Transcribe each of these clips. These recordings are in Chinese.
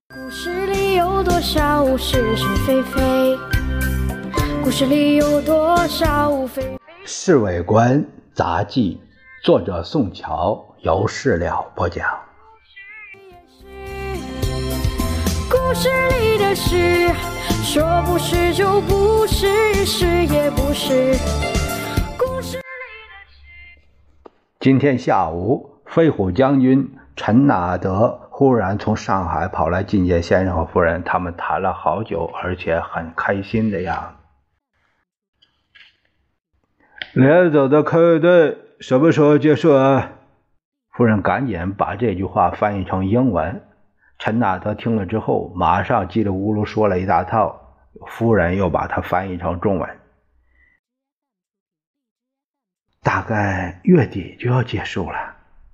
故事里有多少是是非非？故事里有多少非非？ 侍卫官杂记，作者宋乔，由事了播讲。 故事里的事，说不是就不是，是也不是。故事里的事。 今天下午，飞虎将军陈纳德忽然从上海跑来觐见先生和夫人，他们谈了好久，而且很开心的样子。连走的科乐队什么时候结束啊？夫人赶紧把这句话翻译成英文。陈纳德听了之后，马上叽里咕噜说了一大套，夫人又把它翻译成中文。大概月底就要结束了，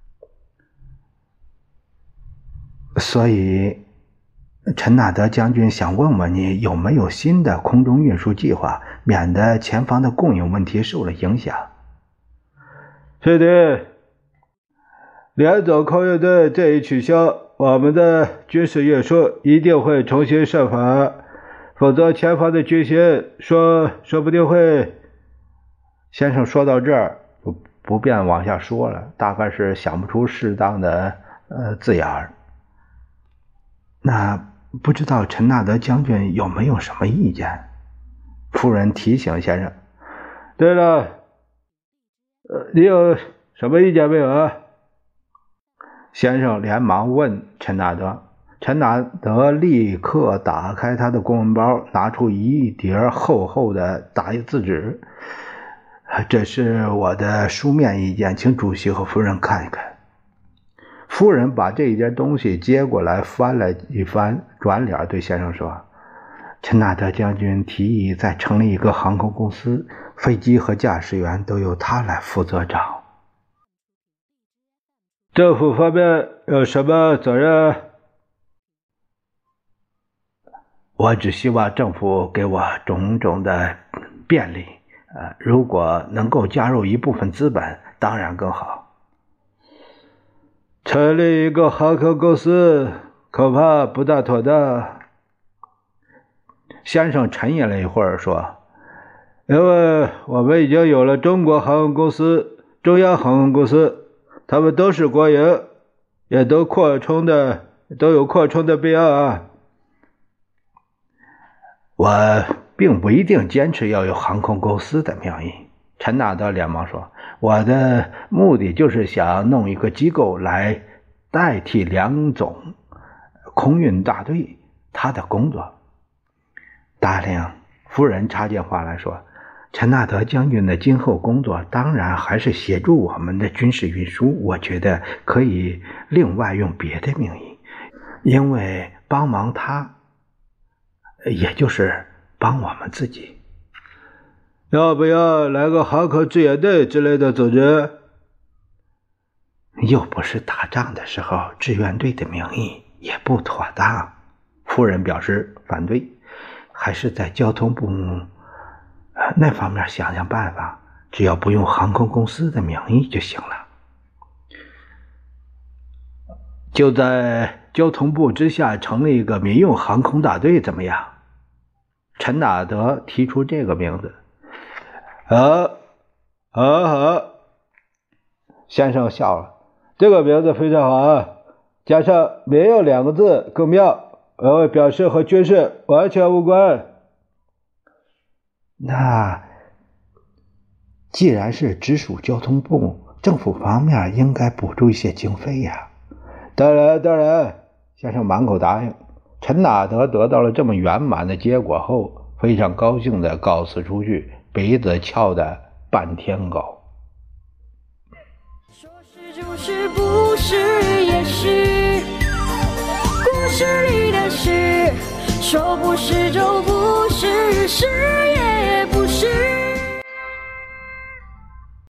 所以陈纳德将军想问问你有没有新的空中运输计划，免得前方的供应问题受了影响。是的，连总空运队这一取消，我们的军事运输一定会重新设法，否则前方的军心说不定会。先生说到这儿就不便往下说了，大概是想不出适当的字眼。那不知道陈纳德将军有没有什么意见？夫人提醒先生。对了，你有什么意见没有啊？先生连忙问陈纳德。陈纳德立刻打开他的公文包，拿出一叠厚厚的打字纸。这是我的书面意见，请主席和夫人看一看。夫人把这一件东西接过来翻了一翻，转脸对先生说：陈纳德将军提议再成立一个航空公司，飞机和驾驶员都由他来负责掌。政府方面有什么责任？我只希望政府给我种种的便利，如果能够加入一部分资本，当然更好。成立一个航空公司恐怕不大妥当。先生沉吟了一会儿说：因为我们已经有了中国航空公司、中央航空公司，他们都是国营，也都有扩充的必要啊。我并不一定坚持要有航空公司的名义。陈纳德连忙说：我的目的就是想弄一个机构来代替梁总空运大队他的工作。大令，夫人插进话来说：陈纳德将军的今后工作当然还是协助我们的军事运输，我觉得可以另外用别的名义，因为帮忙他也就是帮我们自己。要不要来个航空志愿队之类的组织？又不是打仗的时候，志愿队的名义也不妥当。夫人表示反对，还是在交通部那方面想想办法，只要不用航空公司的名义就行了。就在交通部之下成立一个民用航空大队怎么样？陈纳德提出这个名字。好，先生笑了，这个名字非常好啊，加上民用两个字更妙，我会表示和军事完全无关。那既然是直属交通部，政府方面应该补助一些经费呀。当然，先生满口答应。陈纳德得到了这么圆满的结果后，非常高兴地告辞出去，鼻子翘得半天高。 说是就是，不是也是。故事里的事，说不是就不是，是也不是。